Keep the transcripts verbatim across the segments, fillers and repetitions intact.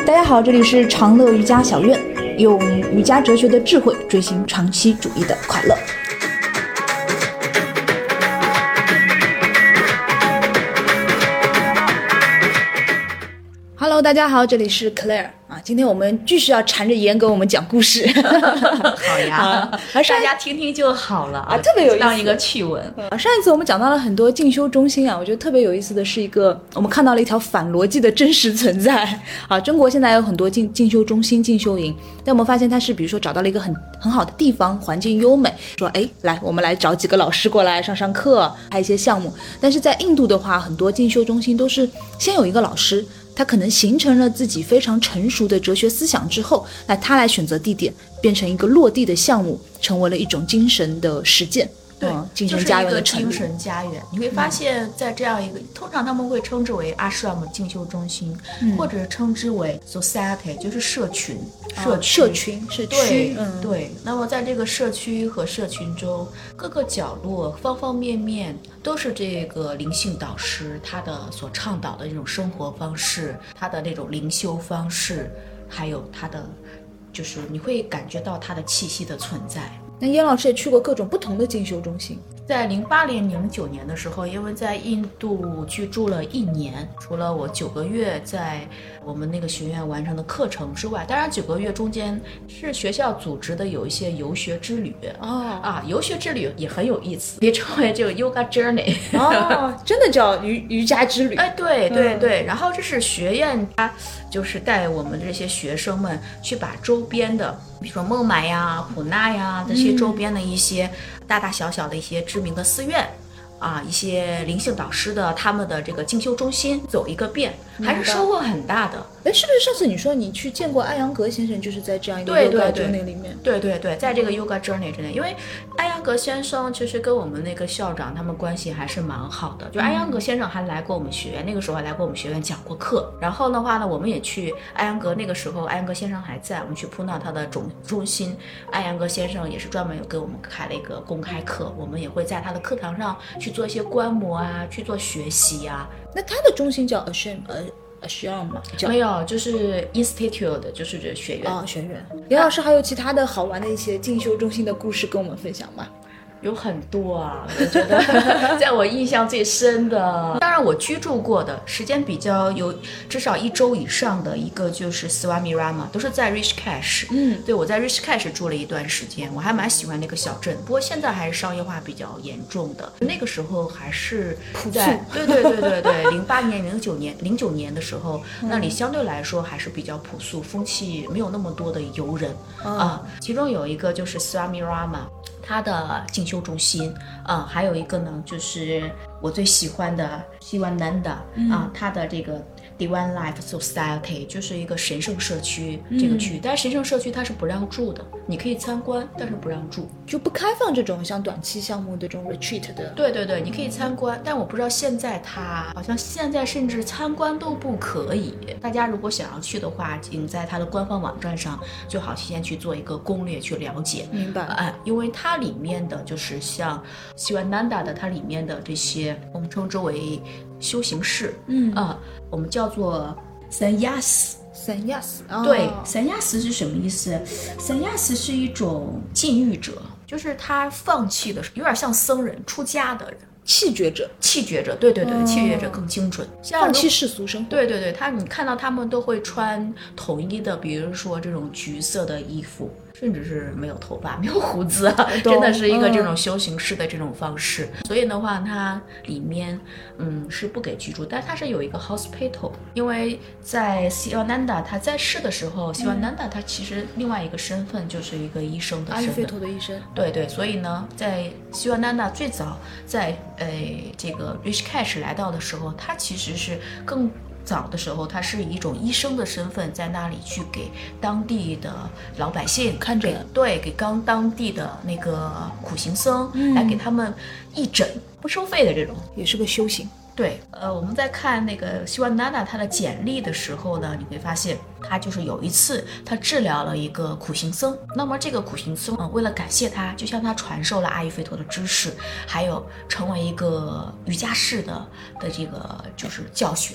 大家好，这里是长乐瑜伽小院，用瑜伽哲学的智慧追寻长期主义的快乐。Hello， 大家好，这里是 Claire 啊，今天我们继续要缠着严给我们讲故事。 好呀，啊、大家听听就好了啊， 特别有意思， 当一个趣闻。 啊，上一次我们讲到了很多进修中心啊，我觉得特别有意思的是一个，我们看到了一条反逻辑的真实存在啊。中国现在有很多进进修中心、进修营，但我们发现它是比如说找到了一个很很好的地方，环境优美，说哎，来我们来找几个老师过来上上课，开一些项目。但是在印度的话，很多进修中心都是先有一个老师。他可能形成了自己非常成熟的哲学思想之后，那他来选择地点，变成一个落地的项目，成为了一种精神的实践。 对、 嗯，精神家园的成立， 就是一个精神家园。你会发现在这样一个、嗯、通常他们会称之为 ashram 进修中心、嗯、或者称之为 society， 就是社群社区、哦、 社群是区对、嗯、对。那么在这个社区和社群中，各个角落方方面面都是这个灵性导师他的所倡导的这种生活方式，他的那种灵修方式，还有他的就是你会感觉到他的气息的存在。 那严老师也去过各种不同的进修中心。 在零八年、零九年的时候，因为在印度居住了一年，除了我九个月在我们那个学院完成的课程之外，当然九个月中间是学校组织的有一些游学之旅哦啊，游学之旅也很有意思，也称为这个 Yoga Journey 哦，真的叫瑜瑜伽之旅。 哎，对对对、嗯，然后这是学院它就是带我们这些学生们去把周边的，比如说孟买呀、普纳呀这些周边的一些大大小小的一些知名的寺院。啊，一些灵性导师的他们的这个进修中心走一个遍，还是收获很大的。 哎，是不是上次你说你去见过艾扬格先生，就是在这样一个 Yoga Journey 里面？ 对对 对, 对, 对，在这个 Yoga Journey 之内，因为艾扬格先生其实跟我们那个校长他们关系还是蛮好的。就艾扬格先生还来过我们学院，那个时候还来过我们学院讲过课。然后的话呢，我们也去艾扬格，那个时候艾扬格先生还在，我们去普纳他的总中心，艾扬格先生也是专门有给我们开了一个公开课，我们也会在他的课堂上去做一些观摩啊，去做学习啊。 那他的中心叫 Ashram 呃 Ashram 吗？ 没有，就是 Institute， 就是这学院啊、哦，学院。严老师还有其他的好玩的一些进修中心的故事跟我们分享吗？ 有很多啊，我觉得在我印象最深的，当然我居住过的时间比较有至少一周以上的一个就是 Swami Rama， 都是在 Rishikesh。嗯，对，我在 Rishikesh 住了一段时间，我还蛮喜欢那个小镇，不过现在还是商业化比较严重的，那个时候还是在对对对对对，零八年、零九年、零九年的时候，那里相对来说还是比较朴素，风气没有那么多的游人、嗯、啊。其中有一个就是 Swami Rama。他的进修中心啊、呃，还有一个呢，就是我最喜欢的希万南达啊，他的这个 Divine Life Society 就是一个神圣社区这个区域、嗯，但是神圣社区它是不让住的，你可以参观，但是不让住， 就不开放这种像短期项目的这种 retreat 的。 对对对，你可以参观，但我不知道现在它好像现在甚至参观都不可以。大家如果想要去的话，请在它的官方网站上最好先去做一个攻略去了解。 明白。 哎、呃，因为它里面的就是像希万南达的，它里面的这些我们称之为修行室，嗯啊、呃，我们叫做三亚斯。 三亚斯， 对，三亚斯是什么意思？三亚斯是一种禁欲者，就是他放弃的，有点像僧人出家的人。 弃绝者， 弃绝者，对对对，弃绝者更精准。像放弃世俗生活。 对对对，他你看到他们都会穿统一的，比如说这种橘色的衣服，甚至是没有头发、没有胡子啊，真的是一个这种修行式的这种方式。嗯、所以的话，它里面嗯是不给居住，但它是有一个 hospital， 因为在希瓦南达他在世的时候，希瓦南达他其实另外一个身份就是一个医生的身份，阿育吠陀的医生。 对对，所以呢，在希瓦南达最早在呃这个 Rishikesh 来到的时候，他其实是更早的时候，他是以一种医生的身份在那里去给当地的老百姓看诊， 对，给刚当地的那个苦行僧、嗯、来给他们义诊，不收费的这种， 也是个修行。 对，呃，我们在看那个希万娜娜她的简历的时候呢，你会发现她就是有一次她治疗了一个苦行僧，那么这个苦行僧、呃、为了感谢他，就向他传授了阿育吠陀的知识，还有成为一个瑜伽士的的这个就是教学。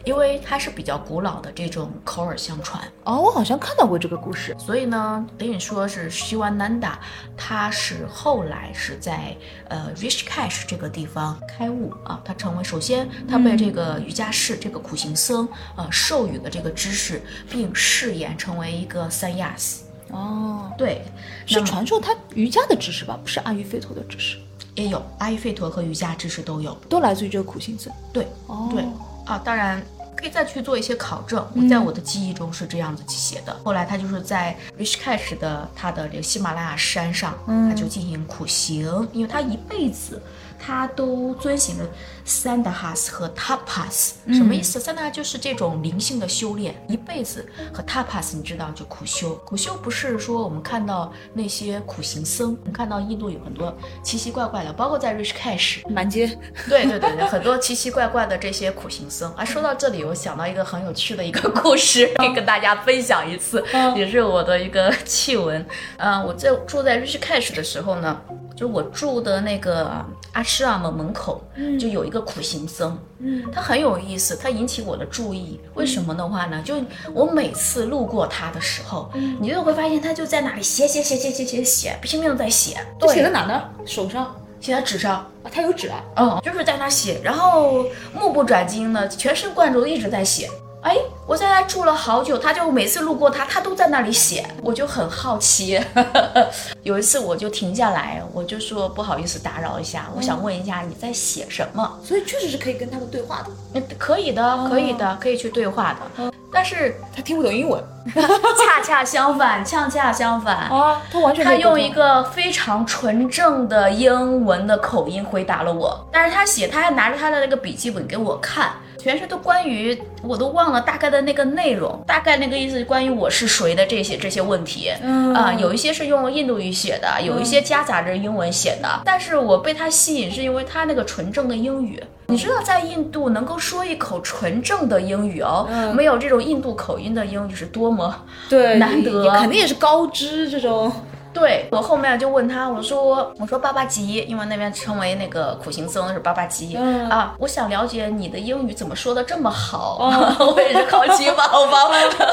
因为它是比较古老的这种口耳相传。 哦，我好像看到过这个故事。 所以呢，等于说是希瓦南达，他是后来是在呃 Rishikesh 这个地方开悟啊，他成为首先他被这个瑜伽士、嗯、这个苦行僧呃授予了这个知识，并誓言成为一个 sannyas。 哦， 对， 是传授他瑜伽的知识吧，不是阿育吠陀的知识。 也有阿育吠陀和瑜伽知识都有， 都来自于这个苦行僧。 对， 哦， 对啊，当然可以再去做一些考证。我在我的记忆中是这样子写的。嗯、后来他就是在 Rishikesh 的他的这个喜马拉雅山上，嗯、他就进行苦行，因为他一辈子他都遵循了 Sandhas 和 Tapas。什么意思？ Sandhas 就是这种灵性的修炼，一辈子和 Tapas 你知道就苦修。苦修不是说我们看到那些苦行僧，我们看到印度有很多奇奇怪怪的，包括在 Rishikesh 满街， 对对对对，很多奇奇怪怪的这些苦行僧啊。说到这里，我想到一个很有趣的一个故事，可以跟大家分享一次，也是我的一个趣闻。嗯、呃，我在住在 Rishikesh 的时候呢，就是我住的那个阿什拉姆门口，嗯，就有一个苦行僧，嗯，他很有意思，他引起我的注意。为什么的话呢？就我每次路过他的时候，嗯，你就会发现他就在那里写写写写写写写，拼命在写。 他写在哪呢？手上？ 写在纸上啊？他有纸啊？ 嗯，就是在那写，然后目不转睛的，全神贯注的一直在写。哎，我在那住了好久，他就每次路过他，他都在那里写，我就很好奇。有一次我就停下来，我就说不好意思打扰一下，我想问一下你在写什么？ 所以确实是可以跟他们对话的。 可以的，可以的，可以去对话的。哦、但是他听不懂英文。 恰恰相反，恰恰相反啊，他完全他用一个非常纯正的英文的口音回答了我。但是他写，他还拿着他的那个笔记本给我看。全是都关于我都忘了大概的那个内容，大概那个意思关于我是谁的这些这些问题，嗯啊、呃，有一些是用印度语写的，有一些夹杂着英文写的，嗯、但是我被他吸引是因为他那个纯正的英语。你知道在印度能够说一口纯正的英语哦，嗯、没有这种印度口音的英语是多么对难得， 肯定也是高知这种。 对，我后面就问他，我说我说巴巴吉，因为那边称为那个苦行僧是巴巴吉、嗯、啊，我想了解你的英语怎么说的这么好，哦、我也是好奇宝宝，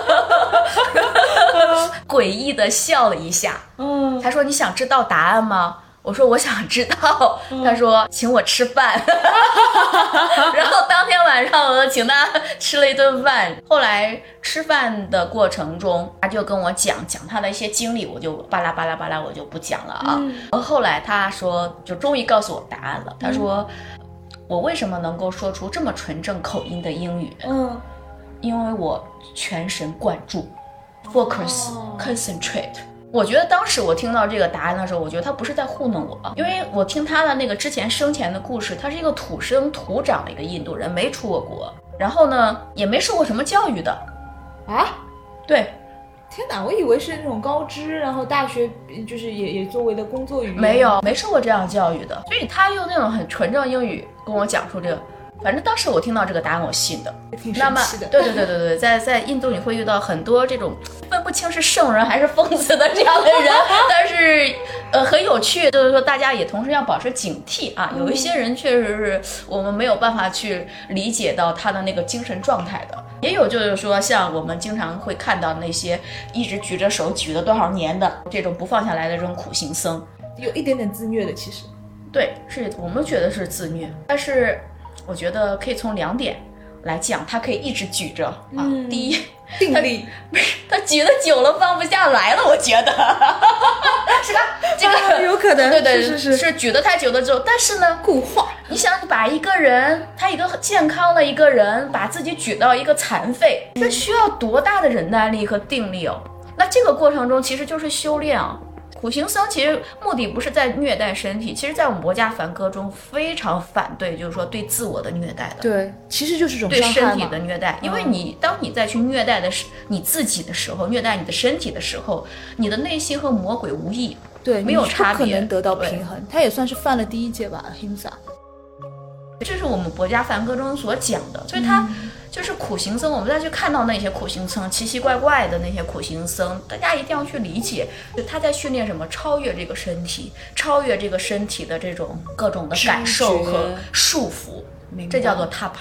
诡异的笑了一下，嗯，他说你想知道答案吗？我说我想知道，他说请我吃饭，然后当天晚上我就请他吃了一顿饭。后来吃饭的过程中，他就跟我讲讲他的一些经历，我就巴拉巴拉巴拉我就不讲了啊。嗯、后来他说，就终于告诉我答案了。他说、嗯、我为什么能够说出这么纯正口音的英语？嗯，因为我全神贯注 ，focus、哦、concentrate。我觉得当时我听到这个答案的时候，我觉得他不是在糊弄我，因为我听他的那个之前生前的故事，他是一个土生土长的一个印度人，没出过国，然后呢也没受过什么教育的啊。 对， 天哪，我以为是那种高知，然后大学就是也也作为的工作语言， 没有没受过这样教育的，所以他用那种很纯正英语跟我讲述这个。反正当时我听到这个答案，我信的。 挺神奇的。 对对对对对，在在印度你会遇到很多这种分不清是圣人还是疯子的这样的人，但是呃很有趣，就是说大家也同时要保持警惕啊。有一些人确实是我们没有办法去理解到他的那个精神状态的，也有就是说像我们经常会看到那些一直举着手举了多少年的这种不放下来的这种苦行僧， 有一点点自虐的其实。 对，是我们觉得是自虐，但是我觉得可以从两点来讲，他可以一直举着、嗯、啊。第一， 定力， 他举得久了放不下来了，我觉得是吧？这个、 啊、有可能， 对对是是是举得太久了之后，但是呢， 固化。 你想把一个人，他一个健康的一个人，把自己举到一个残废，这需要多大的忍耐力和定力哦？那这个过程中其实就是修炼啊。苦行僧其实目的不是在虐待身体，其实在我们国家梵歌中非常反对，就是说对自我的虐待的。 对，其实就是一种对身体的虐待，因为你当你再去虐待的是你自己的时候，虐待你的身体的时候，你的内心和魔鬼无异， 对， 没有差别， 不可能得到平衡。他也算是犯了第一戒吧 ，Ahimsa。 这是我们国家梵歌中所讲的，所以他就是苦行僧。我们再去看到那些苦行僧，奇奇怪怪的那些苦行僧，大家一定要去理解，就他在训练什么，超越这个身体，超越这个身体的这种各种的感受和束缚，这叫做 tapas。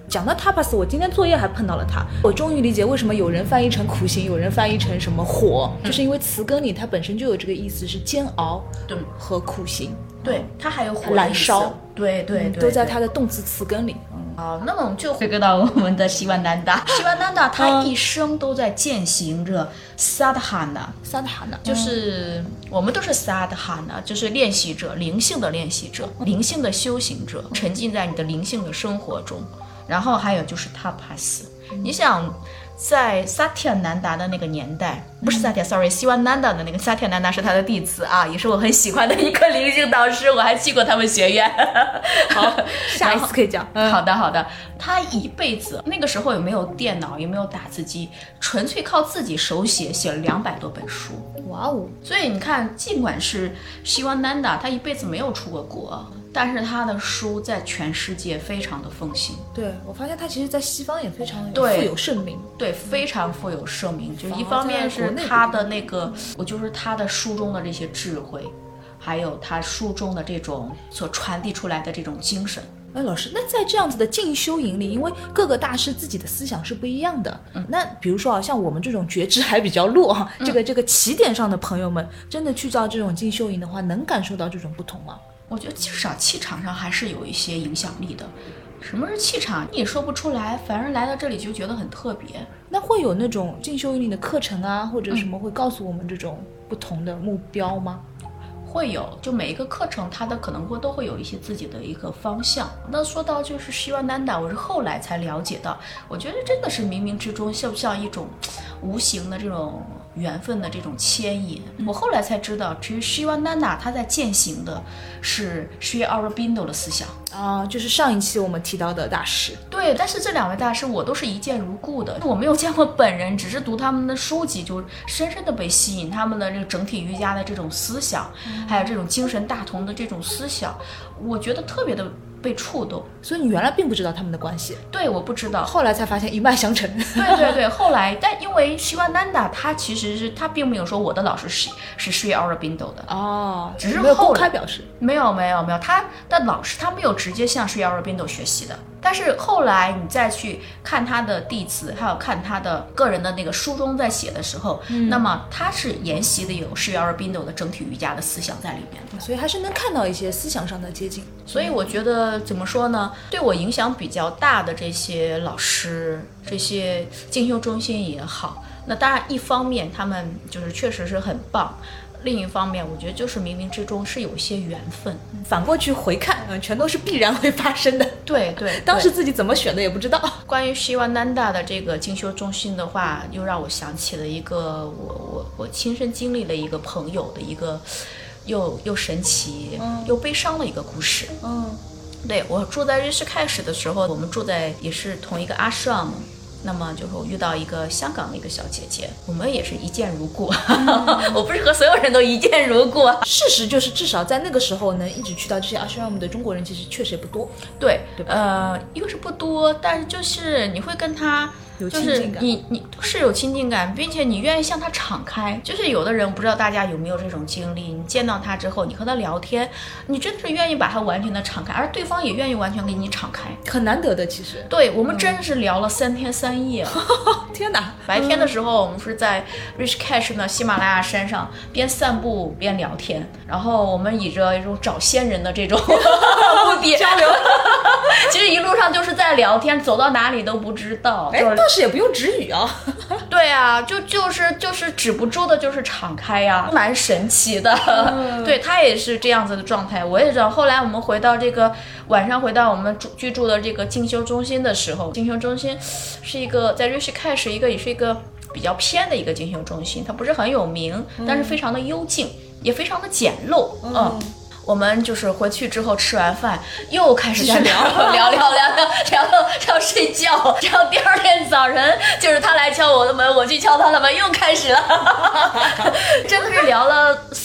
讲到 tapas， 我今天作业还碰到了它，我终于理解为什么有人翻译成苦行，有人翻译成什么火，嗯、就是因为词根里它本身就有这个意思，是煎熬和苦行。 对，它还有火燃烧， 对对 对, 对， 都在它的动词词根里。 好，那么我们就回归到我们的希万南达。希万南达他一生都在践行着 sadhana，sadhana 就是我们都是 sadhana， 就是练习者，灵性的练习者，灵性的修行者，沉浸在你的灵性的生活中。然后还有就是 tapas， 你想。在萨提亚南达的那个年代，不是萨提亚 ，sorry， 希万南达的那个萨提亚南达是他的弟子啊，也是我很喜欢的一个灵性导师，我还去过他们学院。 好，下一次可以讲。 嗯、好的，好的。他一辈子那个时候也没有电脑，也没有打字机，纯粹靠自己手写，写了两百多本书。 哇哦！ 所以你看，尽管是希万南达，他一辈子没有出过国。但是他的书在全世界非常的风行。 对，我发现他其实在西方也非常富有盛名。 对，非常富有盛名。就是一方面是他的那个，我就是他的书中的这些智慧，还有他书中的这种所传递出来的这种精神。 哎，老师，那在这样子的进修营里，因为各个大师自己的思想是不一样的，嗯，那比如说啊，像我们这种觉知还比较弱啊，嗯、这个这个起点上的朋友们，真的去到这种进修营的话，能感受到这种不同吗？ 我觉得至少气场上还是有一些影响力的。什么是气场？你也说不出来，反正来到这里就觉得很特别。 那会有那种进修营里的课程啊，或者什么会告诉我们这种不同的目标吗？ 嗯、会有，就每一个课程它的可能会都会有一些自己的一个方向。那说到就是希万南达，我是后来才了解到，我觉得真的是冥冥之中像不像一种无形的这种缘分的这种牵引。我后来才知道，其实希万南达他在践行的是 Sri Aurobindo 的思想啊，就是上一期我们提到的大师。 对，但是这两位大师我都是一见如故的，我没有见过本人，只是读他们的书籍就深深的被吸引，他们的这个整体瑜伽的这种思想，嗯、还有这种精神大同的这种思想，我觉得特别的被触动。 所以你原来并不知道他们的关系？ 对，我不知道， 后来才发现一脉相承。 对对对，后来，但因为希万南达他其实是他并没有说我的老师是是 Sri Aurobindo 的哦， 只是没有公开表示。 没有没有没有，他的老师他没有直接向 Sri Aurobindo 学习的。但是后来你再去看他的弟子，还有看他的个人的那个书中在写的时候，嗯、那么他是沿袭的有 Sri Aurobindo 的整体瑜伽的思想在里面的， 所以还是能看到一些思想上的接近。 所以我觉得怎么说呢，对我影响比较大的这些老师，这些进修中心也好，那当然一方面他们就是确实是很棒。另一方面，我觉得就是冥冥之中是有一些缘分。 反过去回看，嗯，全都是必然会发生的。 对 对, 对， 当时自己怎么选的也不知道。 关于希万南达的这个进修中心的话，又让我想起了一个我我我亲身经历的一个朋友的一个又又神奇、嗯、又悲伤的一个故事。嗯，对，我住在瑞士开始的时候，我们住在也是同一个阿什那么就是我遇到一个香港的一个小姐姐，我们也是一见如故。嗯、我不是和所有人都一见如故。 事实就是，至少在那个时候能一直去到这些 ashram 的中国人，其实确实也不多。 对， 对吧？ 呃，一个是不多，但是就是你会跟他。就是你你是有亲近感，并且你愿意向他敞开。就是有的人不知道大家有没有这种经历，你见到他之后，你和他聊天，你真的是愿意把他完全的敞开，而对方也愿意完全给你敞开， 很难得的。其实对我们真是聊了三天三夜。 嗯、天哪！ 白天的时候我们是在 Rishikesh 呢喜马拉雅山上边散步边聊天，然后我们以着一种找仙人的这种目的交流。 其实一路上就是在聊天，走到哪里都不知道。 哎，倒是也不用止语啊。 对啊，就就是就是止不住的，就是敞开呀、啊，蛮神奇的。嗯、对他也是这样子的状态，我也知道。后来我们回到这个晚上回到我们住居住的这个进修中心的时候，进修中心是一个在瑞士开始一个也是一个比较偏的一个进修中心，它不是很有名，嗯、但是非常的幽静，也非常的简陋。嗯。嗯我们就是回去之后吃完饭又开始在聊聊聊聊聊聊聊睡觉，然后第二天早晨就是他来敲我的门，我去敲他的门，又开始了。真的是聊了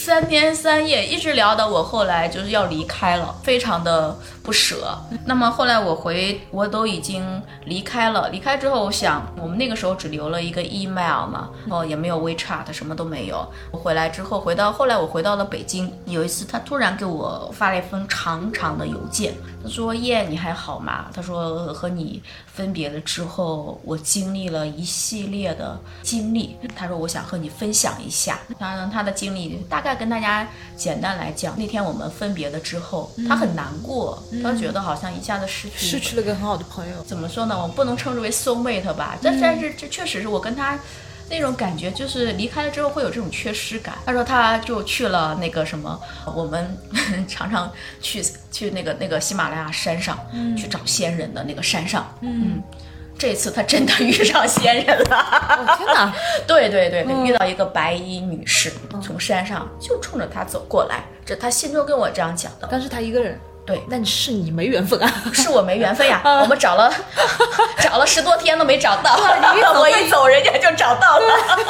三天三夜，一直聊到我后来就是要离开了，非常的不舍。那么后来我回，我都已经离开了，离开之后，我想我们那个时候只留了一个 email 嘛，哦，也没有 WeChat， 什么都没有。我回来之后，回到后来我回到了北京，有一次他突然给我发了一封长长的邮件，他说：叶，你还好吗？他说和你分别了之后，我经历了一系列的经历，他说我想和你分享一下。当然他的经历大概跟大家简单来讲，那天我们分别了之后，他很难过，嗯、他觉得好像一下子失去失去了个很好的朋友。 怎么说呢？我不能称之为 soul mate 吧，但但是这确实是我跟他那种感觉，就是离开了之后会有这种缺失感。他说他就去了那个什么，我们常常去去那个那个喜马拉雅山上、嗯、去找仙人的那个山上，嗯。嗯，这次他真的遇上仙人了！ 哦天哪！ 对对对对、嗯，遇到一个白衣女士，从山上就冲着他走过来，这他心中跟我这样讲的。 但是他一个人。 对， 但是你没缘分啊！ 是我没缘分呀！我们找了找了十多天都没找到，我一走人家就找到了。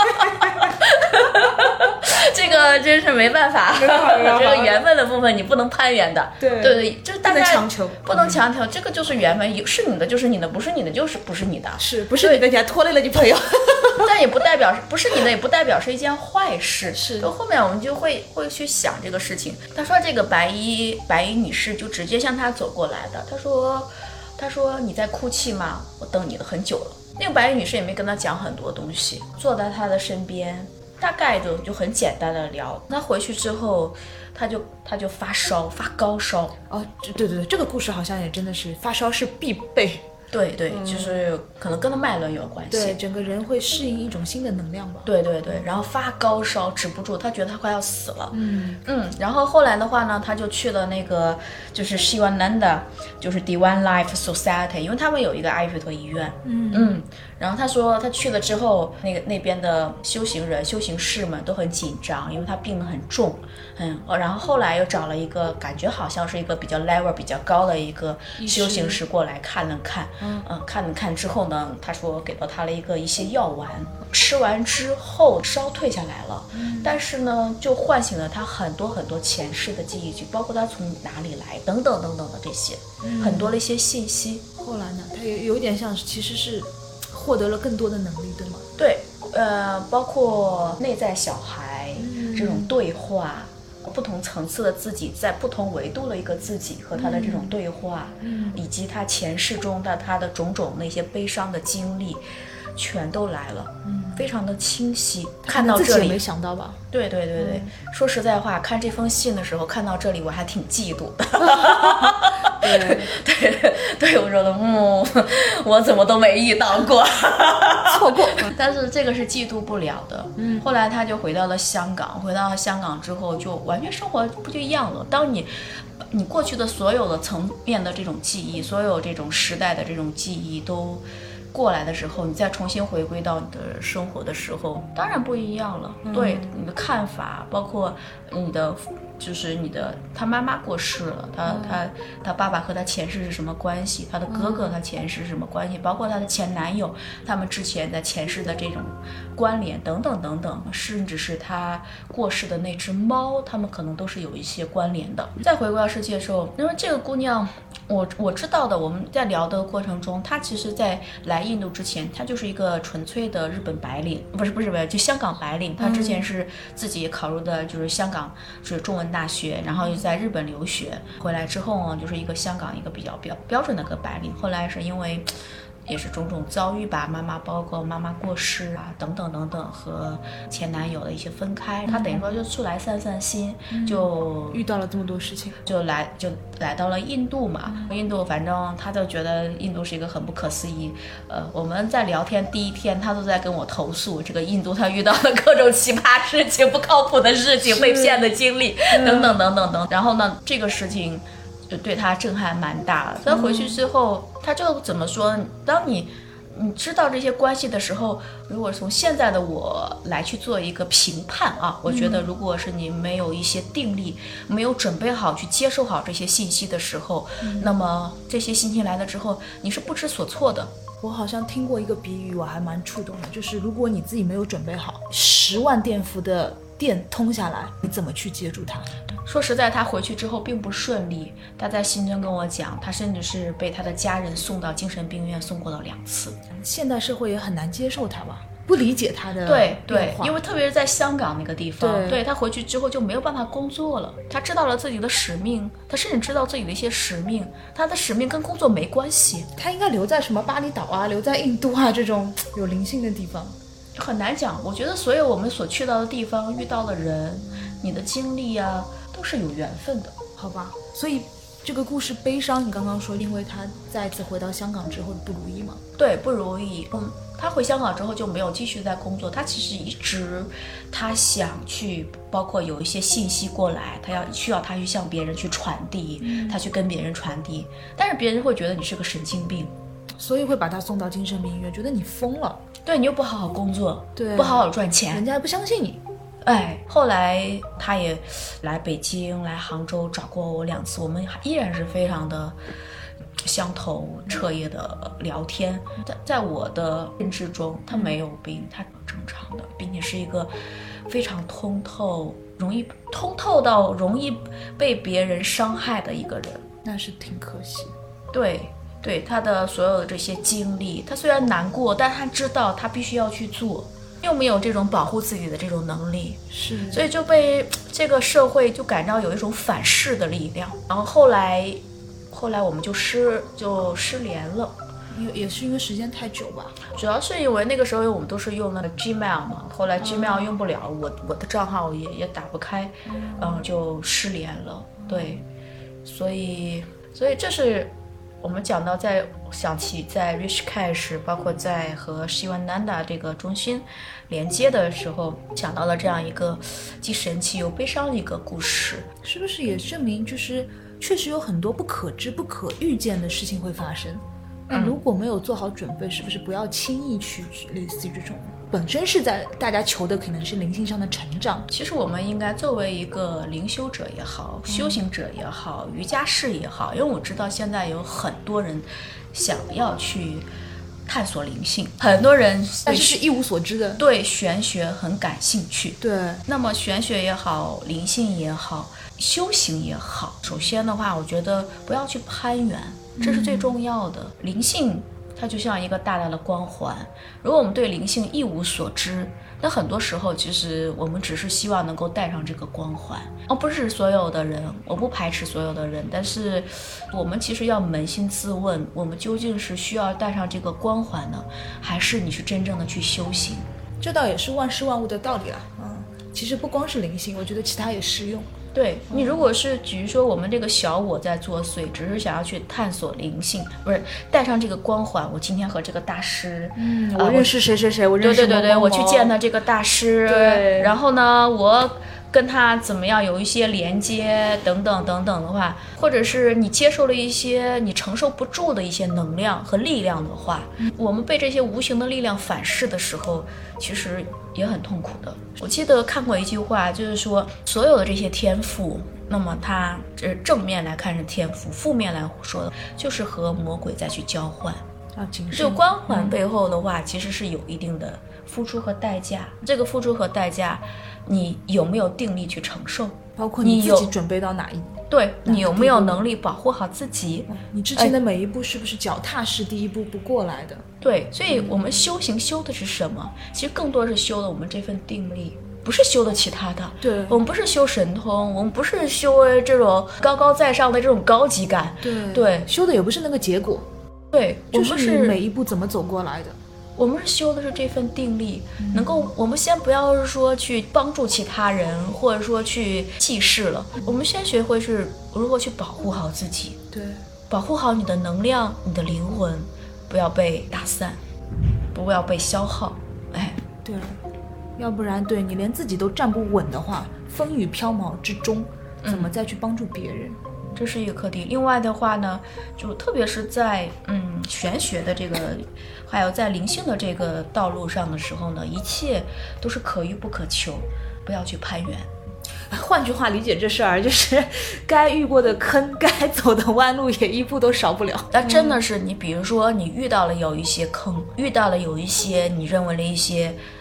这个真是没办法，这个缘分的部分你不能攀缘的。 对对对，就是大家不能强求， 不能强求，这个就是缘分，是你的就是你的，不是你的就是不是你的， 是不是你的你还拖累了你朋友？ 但也不代表不是你的，也不代表是一件坏事。 是， 就后面我们就会会去想这个事情。他说这个白衣白衣女士就直接向他走过来的。他说，他说你在哭泣吗？我等你了很久了。那个白衣女士也没跟他讲很多东西，坐在他的身边，大概就就很简单的聊。那回去之后，他就他就发烧，发高烧。 哦，对对对，这个故事好像也真的是发烧是必备。 对对、嗯，就是可能跟他脉轮有关系， 对，整个人会适应一种新的能量吧。 对对对，然后发高烧止不住，他觉得他快要死了。嗯嗯，然后后来的话呢，他就去了那个就是 Shivananda， 就是 Divine Life Society， 因为他们有一个阿育吠陀医院。嗯嗯，然后他说他去了之后，那个那边的修行人、修行士们都很紧张，因为他病得很重。嗯，然后后来又找了一个感觉好像是一个比较 level 比较高的一个修行师过来看了看。嗯，呃、看了看之后呢，他说给了他了一个一些药丸，吃完之后烧退下来了、嗯、但是呢就唤醒了他很多很多前世的记忆，就包括他从哪里来等等等等的这些、嗯、很多的一些信息。 后来呢，他有有点像是其实是获得了更多的能力，对吗？ 对，呃，包括内在小孩、嗯、这种对话，不同层次的自己，在不同维度的一个自己和他的这种对话、嗯、以及他前世中的他的种种那些悲伤的经历全都来了、嗯、非常的清晰。看到这里自己也没想到吧。 对对对对、嗯、说实在话，看这封信的时候，看到这里我还挺嫉妒的。对对对，我说的嗯，我怎么都没遇到过。 错过。 但是这个是嫉妒不了的。嗯，后来他就回到了香港，回到了香港之后就完全生活不就一样了。当你你过去的所有的层面的这种记忆，所有这种时代的这种记忆都过来的时候，你再重新回归到你的生活的时候，当然不一样了。嗯、对你的看法，包括你的就是你的他妈妈过世了，他、嗯、他他爸爸和他前世是什么关系，他的哥哥他前世是什么关系、嗯、包括他的前男友他们之前在前世的这种关联等等等等，甚至是他过世的那只猫，他们可能都是有一些关联的。再回归到世界的时候，因为这个姑娘我我知道的，我们在聊的过程中，她其实在来印度之前，她就是一个纯粹的日本白领，不是不是不是，就香港白领。她之前是自己考入的就是香港是中文大学，然后又在日本留学，回来之后呢，就是一个香港一个比较标标准的个白领。后来是因为也是种种遭遇吧，妈妈包括妈妈过世啊，等等等等，和前男友的一些分开，她等于说就出来散散心，嗯、就遇到了这么多事情， 就来就来到了印度嘛。嗯、印度反正她就觉得印度是一个很不可思议。呃，我们在聊天第一天，她都在跟我投诉这个印度她遇到的各种奇葩事情、不靠谱的事情、被骗的经历、嗯、等等等等等。然后呢，这个事情就对他震撼蛮大的。他回去之后、嗯、他就怎么说，当你你知道这些关系的时候，如果从现在的我来去做一个评判啊，我觉得如果是你没有一些定力、嗯、没有准备好去接受好这些信息的时候、嗯、那么这些信息来了之后，你是不知所措的。 我好像听过一个比喻，我还蛮触动的，就是如果你自己没有准备好，十万电伏的电通下来，你怎么去接住他？ 说实在，他回去之后并不顺利。他在信中跟我讲，他甚至是被他的家人送到精神病院，送过了两次。 现代社会也很难接受他吧，不理解他的对对， 因因为特别是在香港那个地方， 对, 对他回去之后就没有办法工作了。他知道了自己的使命，他甚至知道自己的一些使命，他的使命跟工作没关系。 他应该留在什么巴厘岛啊，留在印度啊这种有灵性的地方。 很难讲，我觉得所有我们所去到的地方，遇到的人，你的经历啊，都是有缘分的， 好吧？所以这个故事悲伤，你刚刚说因为他再次回到香港之后的不如意吗？ 对，不如意。嗯，他回香港之后就没有继续在工作，他其实一直他想去，包括有一些信息过来，他要需要他去向别人去传递、嗯、他去跟别人传递，但是别人会觉得你是个神经病， 所以会把他送到精神病院，觉得你疯了。 对，你又不好好工作， 对， 不好好赚钱， 人家不相信你。 哎，后来他也来北京来杭州找过我两次，我们依然是非常的相投彻夜的聊天。在在我的认知中，他没有病，他正常的，并且是一个非常通透容易通透到容易被别人伤害的一个人。 那是挺可惜。 对对，他的所有的这些经历，他虽然难过，但他知道他必须要去做，又没有这种保护自己的这种能力， 是， 所以就被这个社会就感到有一种反噬的力量。然后后来后来我们就失就失联了， 也是因为时间太久吧， 主要是因为那个时候我们都是用那个 Gmail 嘛，后来 Gmail 用不了，嗯、我我的账号也也打不开，嗯，嗯就失联了。对，所以所以这是我们讲到在想起在 Rishikesh 包括在和 Shivananda 这个中心连接的时候，讲到了这样一个既神奇又悲伤的一个故事。 是不是也证明就是确实有很多不可知不可预见的事情会发生，那如果没有做好准备，是不是不要轻易去类似于这种本身是在大家求的可能是灵性上的成长。 其实我们应该作为一个灵修者也好，修行者也好，瑜伽士也好，因为我知道现在有很多人想要去探索灵性，很多人但是是一无所知的， 对玄学很感兴趣。 对， 那么玄学也好，灵性也好，修行也好，首先的话我觉得不要去攀援，这是最重要的。嗯、灵性它就像一个大大的光环，如果我们对灵性一无所知，那很多时候其实我们只是希望能够带上这个光环。哦，不是所有的人，我不排斥所有的人，但是我们其实要扪心自问，我们究竟是需要带上这个光环呢，还是你是真正的去修行？ 这倒也是万事万物的道理啦。嗯，其实不光是灵性，我觉得其他也适用。 对，你如果是比如说我们这个小我在作祟，只是想要去探索灵性，不是带上这个光环，我今天和这个大师， 嗯，我认识谁谁谁，我认识对对对对，我去见他这个大师， 对， 然后呢，我跟他怎么样有一些连接等等等等的话，或者是你接受了一些你承受不住的一些能量和力量的话，嗯、我们被这些无形的力量反噬的时候，其实也很痛苦的。我记得看过一句话，就是说所有的这些天赋，那么它这正面来看是天赋，负面来说就是和魔鬼再去交换。 啊， 就光环背后的话，嗯、其实是有一定的付出和代价。这个付出和代价，你有没有定力去承受？ 包括你自己准备到哪一对你有没有能力保护好自己？ 你之前的每一步是不是脚踏实地一步步过来的？ 对，所以我们修行修的是什么？其实更多是修的我们这份定力，不是修的其他的。 对， 我们不是修神通，我们不是修这种高高在上的这种高级感。 对对， 修的也不是那个结果。 对， 就是你每一步怎么走过来的。 我们是修的是这份定力，嗯、能够我们先不要是说去帮助其他人，或者说去济世了，嗯、我们先学会是如何去保护好自己， 对， 保护好你的能量，你的灵魂，不要被打散，不要被消耗。哎， 对，要不然对你连自己都站不稳的话，风雨飘渺之中，怎么再去帮助别人？嗯这是一个课题。另外的话呢，就特别是在嗯玄学的这个，还有在灵性的这个道路上的时候呢，一切都是可遇不可求，不要去攀援。 换句话理解这事儿，就是该遇过的坑，该走的弯路也一步都少不了。 那真的是你，比如说你遇到了有一些坑，遇到了有一些你认为的一些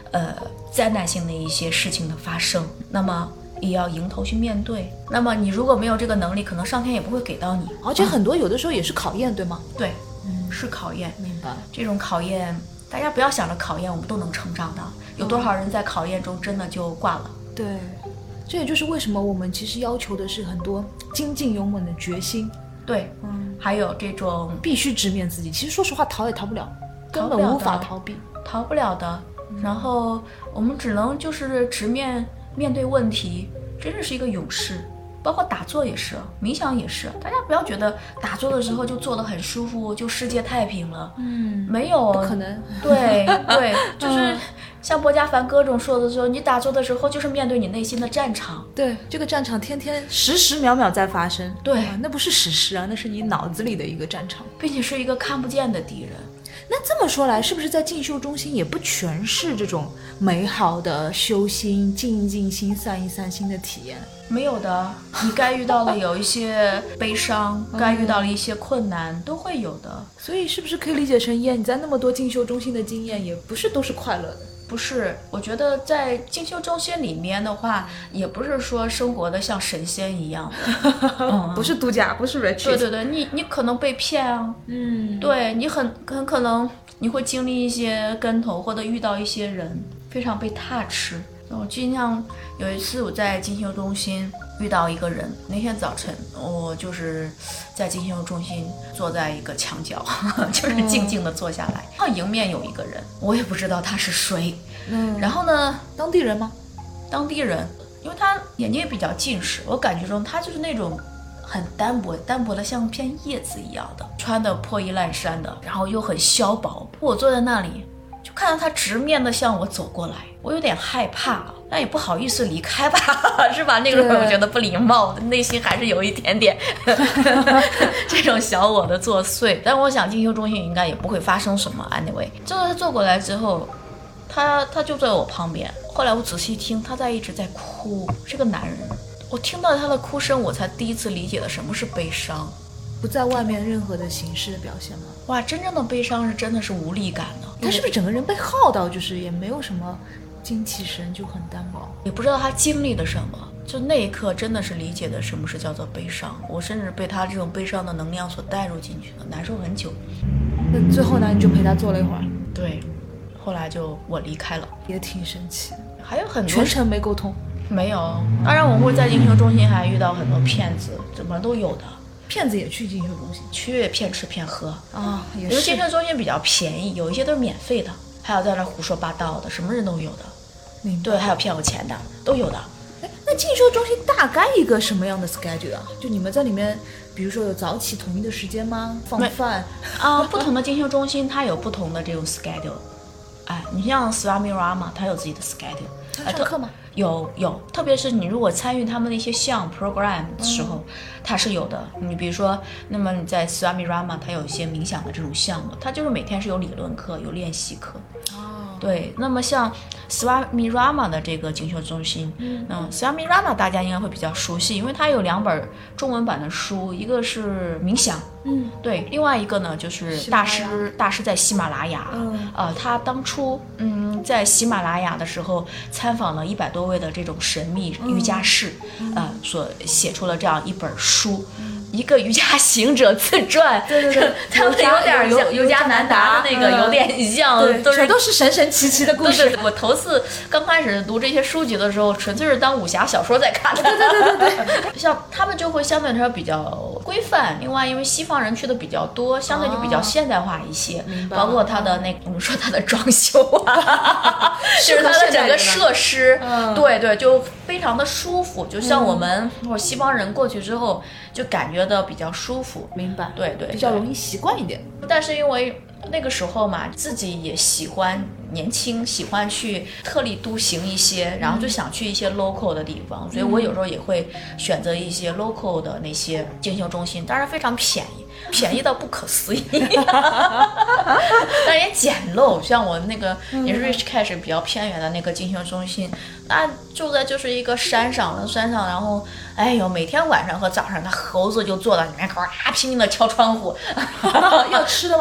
呃灾难性的一些事情的发生，那么也要迎头去面对。那么你如果没有这个能力，可能上天也不会给到你。 而且很多有的时候也是考验，对吗？ 对，嗯，是考验。 明白。 这种考验，大家不要想着考验我们都能成长的，有多少人在考验中真的就挂了？ 对，这也就是为什么我们其实要求的是很多精进勇猛的决心。 对，嗯，还有这种必须直面自己。其实说实话，逃也逃不了，根本无法逃避， 逃不了的。嗯、然后我们只能就是直面面对问题，真的是一个勇士。包括打坐也是，冥想也是。大家不要觉得打坐的时候就坐得很舒服，就世界太平了。嗯，没有， 不可能。 对对，就是像薄伽梵歌中说的时候，你打坐的时候就是面对你内心的战场。 对，这个战场天天时时秒秒在发生。 对、 啊，那不是史实啊，那是你脑子里的一个战场， 并且是一个看不见的敌人。 那这么说来，是不是在进修中心也不全是这种美好的修心、静一静心、散一散心的体验？ 没有的，你该遇到了有一些悲伤，该遇到了一些困难，都会有的。 所以是不是可以理解成燕，你在那么多进修中心的经验，也不是都是快乐的？ 不是，我觉得在进修中心里面的话，也不是说生活的像神仙一样的， 嗯、不是度假，不是 retreat。 对对对，你你可能被骗啊，嗯，对你很很可能你会经历一些跟头，或者遇到一些人非常被 touch。我经常有一次我在进修中心遇到一个人，那天早晨我就是在进修中心坐在一个墙角，就是静静的坐下来，然后迎面有一个人，我也不知道他是谁，嗯，然后呢， 当地人吗？ 当地人，因为他眼睛也比较近视，我感觉中他就是那种很单薄，单薄的像片叶子一样的，穿的破衣烂衫的，然后又很削薄。我坐在那里，就看到他直面的向我走过来，我有点害怕，但也不好意思离开吧，是吧？那个时候我觉得不礼貌，内心还是有一点点这种小我的作祟。但我想进修中心应该也不会发生什么 anyway。就是他坐过来之后，他他就在我旁边，后来我仔细听，他在一直在哭，是个男人。我听到他的哭声，我才第一次理解了什么是悲伤， 不在外面任何的形式的表现吗？ 哇，真正的悲伤是真的是无力感的。 他是不是整个人被耗到，就是也没有什么精气神，就很单薄， 也不知道他经历了什么。就那一刻真的是理解的什么是叫做悲伤，我甚至被他这种悲伤的能量所带入进去了，难受很久。 那最后呢，你就陪他坐了一会儿？ 对，后来就我离开了。 也挺神奇的。 还有很多全程没沟通？ 没有，当然我会在进修中心还遇到很多骗子，怎么都有的。 骗子也去进修中心？ 去，骗吃骗喝啊，也是。 因为进修中心比较便宜，有一些都是免费的，还有在那胡说八道的，什么人都有的。 明白。 对，还有骗我钱的，都有的。 哎，那进修中心大概一个什么样的 schedule 啊？就你们在里面，比如说有早起统一的时间吗？放饭啊，不同的进修中心它有不同的这种 schedule。哎，你像 Swami Rama， 它有自己的 schedule。 他上课吗？ 有有，特别是你如果参与他们的一些项目 program 的时候，嗯、它是有的。你比如说，那么你在 Swami Rama， 它有一些冥想的这种项目，它就是每天是有理论课，有练习课。哦，对。那么像 Swami Rama 的这个进修中心，嗯, 嗯 ，Swami Rama 大家应该会比较熟悉，因为它有两本中文版的书，一个是冥想。嗯，对，另外一个呢就是大师大师在喜马拉雅，嗯，呃，他当初嗯在喜马拉雅的时候参访了一百多位的这种神秘瑜伽士，嗯、呃，所写出了这样一本书。嗯，一个瑜伽行者自传， 对对对， 他们有点像尤加南达的那个，有点像， 对，都是都是神神奇奇的故事。 我头次刚开始读这些书籍的时候，纯粹是当武侠小说在看的。 对对对对对， 像他们就会相对来说比较规范，另外因为西方人去的比较多，相对就比较现代化一些，哦、包括他的那我们说他的装修啊，就是他的整个设施，嗯、对对，就非常的舒服，就像我们、嗯、或者西方人过去之后就感觉的比较舒服， 明白？ 对对， 比较容易习惯一点。 但是因为那个时候嘛，自己也喜欢年轻，喜欢去特立独行一些，然后就想去一些 local 的地方，嗯、所以我有时候也会选择一些 local 的那些进修中心，当然非常便宜，便宜到不可思议，但也简陋。像我那个也是 Rich Cash 比较偏远的那个进修中心，那住在就是一个山上，山上，然后哎呦，每天晚上和早上，那猴子就坐到里面，咔拼命的敲窗户。 要吃的吗？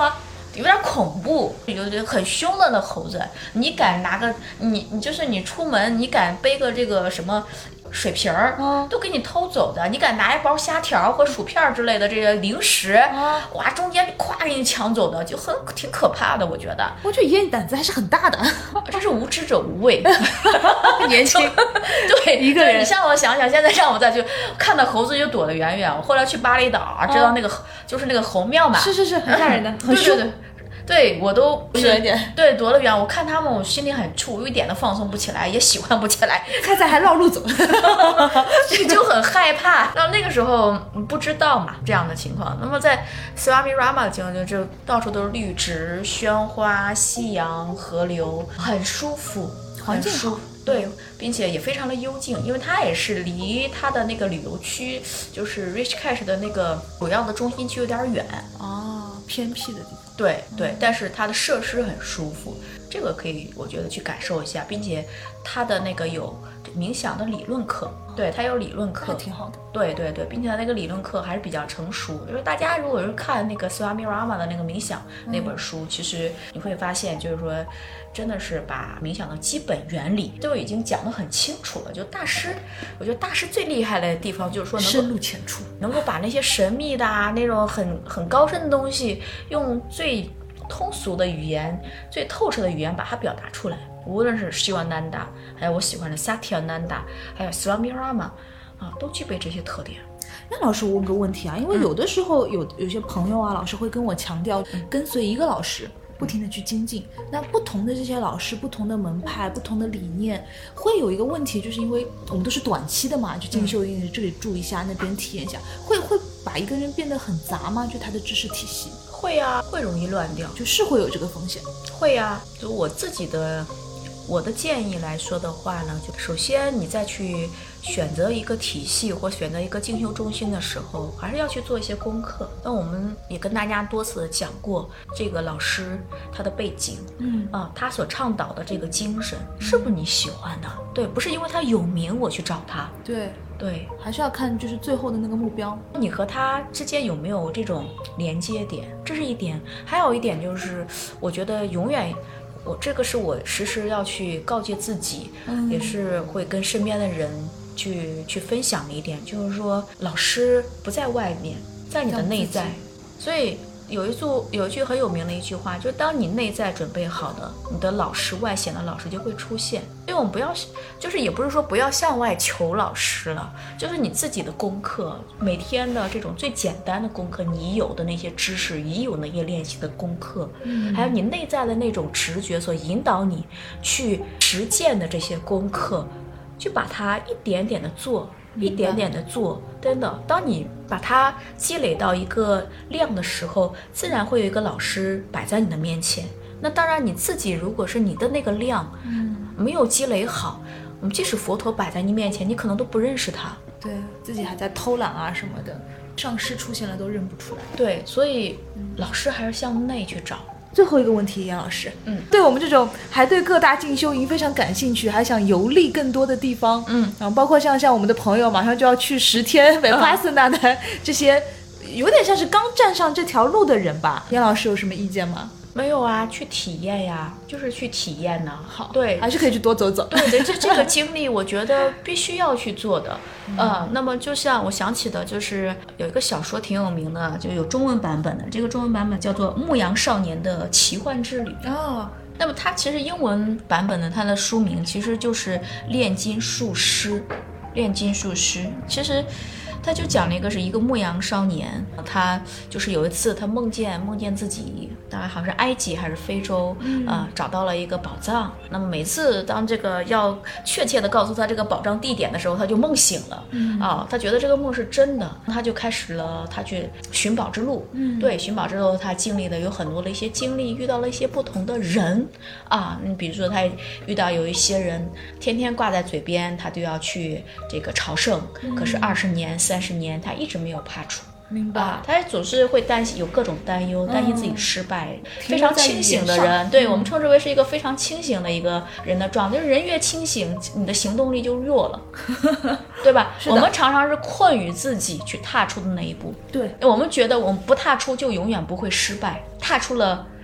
有点恐怖，有点很凶的那猴子，你敢拿个你你就是你出门你敢背个这个什么水瓶儿、哦、都给你偷走的，你敢拿一包虾条或薯片之类的这些零食、哦、哇中间咵给你抢走的，就很挺可怕的。我觉得我觉得爷爷胆子还是很大的， 这是无知者无畏年轻对一个人。 你像我想想现在让我再去看到猴子就躲得远远，我后来去巴厘岛、哦、知道那个就是那个猴庙嘛， 是是是很吓人的、嗯、很凶， 对对对对我都远一点， 对躲得远，我看他们我心里很怵，有一点都放松不起来，也喜欢不起来， 猜猜还绕路走就很害怕。那那个时候不知道嘛这样的情况。那么在 Swami Rama 的情况就到处都是绿植、鲜花、夕阳、河流，很舒服， 环境好。 对，并且也非常的幽静，因为它也是离它的那个旅游区，就是 Rishikesh 的那个主要的中心区有点远哦，偏僻的地方。 对对，但是它的设施很舒服，这个可以我觉得去感受一下，并且它的那个有冥想的理论课，对，它有理论课， 挺好的。 对对对，并且那个理论课还是比较成熟，就是大家如果是看那个 Swami Rama 的那个冥想那本书、嗯，其实你会发现，就是说，真的是把冥想的基本原理都已经讲得很清楚了。就大师，我觉得大师最厉害的地方就是说能够深入浅出， 能够把那些神秘的啊那种很很高深的东西，用最通俗的语言、最透彻的语言把它表达出来。无论是 Shivananda， 还有我喜欢的 Satyananda， 还有 Swami Rama。啊，都具备这些特点。 那老师，我问个问题啊，因为有的时候有有些朋友啊，老师会跟我强调，跟随一个老师，不停的去精进。那不同的这些老师，不同的门派，不同的理念，会有一个问题，就是因为我们都是短期的嘛，就进修营这里住一下，那边体验一下，会会把一个人变得很杂吗？就他的知识体系？ 会啊，会容易乱掉， 就是会有这个风险。 会啊，就我自己的。我的建议来说的话呢，就首先你再去选择一个体系或选择一个进修中心的时候，还是要去做一些功课。那我们也跟大家多次的讲过，这个老师他的背景，嗯啊，他所倡导的这个精神是不是你喜欢的？对，不是因为他有名我去找他， 对对， 还是要看就是最后的那个目标， 你和他之间有没有这种连接点，这是一点。还有一点就是，我觉得永远。我这个是我时时要去告诫自己、嗯、也是会跟身边的人去去分享的一点，就是说老师不在外面，在你的内在。所以有一句有一句很有名的一句话，就是当你内在准备好的，你的老师外显的老师就会出现。所以我们不要，就是也不是说不要向外求老师了，就是你自己的功课，每天的这种最简单的功课，你有的那些知识，已有那些练习的功课、嗯、还有你内在的那种直觉所引导你去实践的这些功课，去把它一点点的做，一点点的做。真的，当你把它积累到一个量的时候，自然会有一个老师摆在你的面前。那当然你自己如果是你的那个量、嗯、没有积累好，我们即使佛陀摆在你面前，你可能都不认识他， 对自己还在偷懒啊什么的，上师出现了都认不出来。 对，所以、嗯、老师还是向内去找。 最后一个问题，杨老师，嗯，对我们这种还对各大进修营非常感兴趣，还想游历更多的地方，嗯，然后包括像像我们的朋友马上就要去十天北帕斯纳的这些、嗯，有点像是刚站上这条路的人吧，杨老师有什么意见吗？ 没有啊，去体验呀，就是去体验呢。 好， 对， 还是可以去多走走。 对对，这这个经历，我觉得必须要去做的。嗯、呃，那么就像我想起的，就是有一个小说挺有名的，就有中文版本的。这个中文版本叫做《牧羊少年的奇幻之旅》。哦，那么它其实英文版本的它的书名其实就是《炼金术师》，炼金术师。其实。他就讲了一个是一个牧羊少年，他就是有一次他梦见梦见自己大概好像是埃及还是非洲，嗯、呃，找到了一个宝藏。那么每次当这个要确切的告诉他这个宝藏地点的时候，他就梦醒了，嗯、啊，他觉得这个梦是真的，他就开始了他去寻宝之路。嗯，对，寻宝之路他经历的有很多的一些经历，遇到了一些不同的人啊，你比如说他遇到有一些人天天挂在嘴边，他都要去这个朝圣，嗯、可是二十年。三十年他一直没有爬出， 明白、啊、 他总是会担心有各种担忧、嗯、担心自己失败，非常清醒的人，对、嗯、我们称之为是一个非常清醒的一个人的状态，就是人越清醒你的行动力就弱了对吧？我们常常是困于自己去踏出的那一步， 对， 我们觉得我们不踏出就永远不会失败，踏出了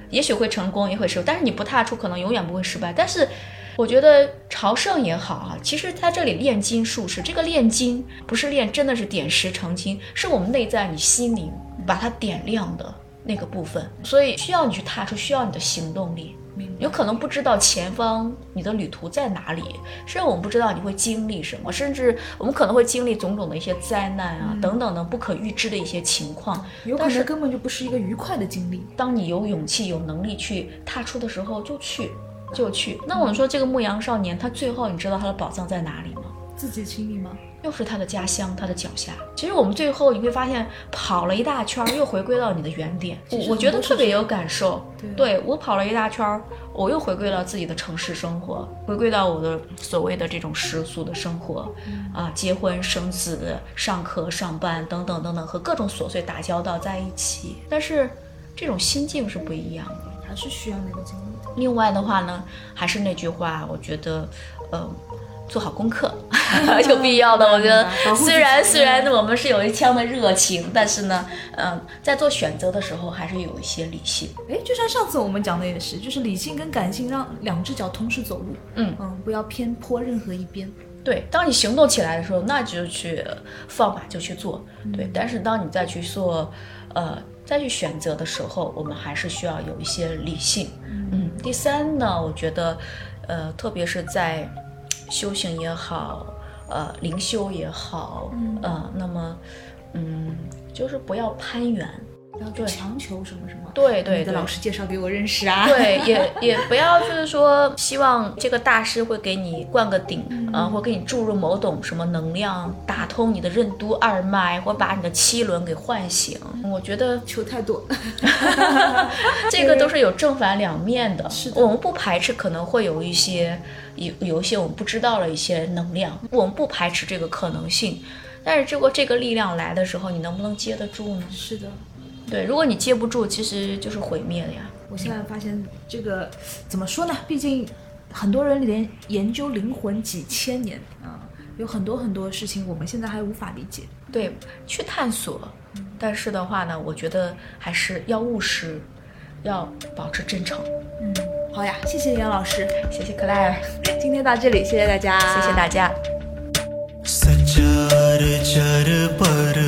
也许会成功，也会失败，但是你不踏出，可能永远不会失败。但是我觉得朝圣也好啊，其实在这里炼金术士，这个炼金不是炼真的是点石成金，是我们内在你心灵把它点亮的那个部分，所以需要你去踏出，需要你的行动力。有可能不知道前方你的旅途在哪里，甚至我们不知道你会经历什么，甚至我们可能会经历种种的一些灾难啊、嗯、等等的不可预知的一些情况， 有可能根本就不是一个愉快的经历。 当你有勇气有能力去踏出的时候，就去就去。那我们说这个牧羊少年，他最后你知道他的宝藏在哪里吗？ 自己心里吗？ 又是他的家乡，他的脚下。其实我们最后你会发现，跑了一大圈，又回归到你的原点。我我觉得特别有感受。 对， 对我跑了一大圈，我又回归到自己的城市生活，回归到我的所谓的这种世俗的生活，嗯、啊，结婚生子、上课、上班等等等等，和各种琐碎打交道在一起。但是这种心境是不一样的， 还是需要那个经历的。 另外的话呢，还是那句话，我觉得，呃。做好功课有必要的。我觉得虽然虽然我们是有一腔的热情，但是呢，嗯、呃，在做选择的时候还是有一些理性。 哎，就像上次我们讲的也是，就是理性跟感性让两只脚同时走路，嗯嗯，不要偏颇任何一边。 对，当你行动起来的时候，那就去放马就去做。对，但是当你再去做，呃，再去选择的时候，我们还是需要有一些理性。嗯，第三呢，我觉得，呃，特别是在修行也好，呃，灵修也好，嗯，呃，那么，嗯，就是不要攀援， 不要去强求什么什么。 对对对， 你的老师介绍给我认识啊。 对，也也不要就是说希望这个大师会给你灌个顶，嗯、呃，或给你注入某种什么能量，打通你的任督二脉，或把你的七轮给唤醒。嗯、我觉得求太多， 这个都是有正反两面的。 是的， 我们不排斥可能会有一些。有有一些我们不知道的一些能量，我们不排斥这个可能性，但是如果这个力量来的时候，你能不能接得住呢？ 是的， 对，如果你接不住，其实就是毁灭了呀。 我现在发现这个怎么说呢？毕竟很多人连研究灵魂几千年啊、嗯，有很多很多事情我们现在还无法理解。 对，去探索，嗯、但是的话呢，我觉得还是要务实，要保持真诚。 嗯。好呀，谢谢杨老师， 谢谢克莱尔， 今天到这里，谢谢大家， 谢谢大家。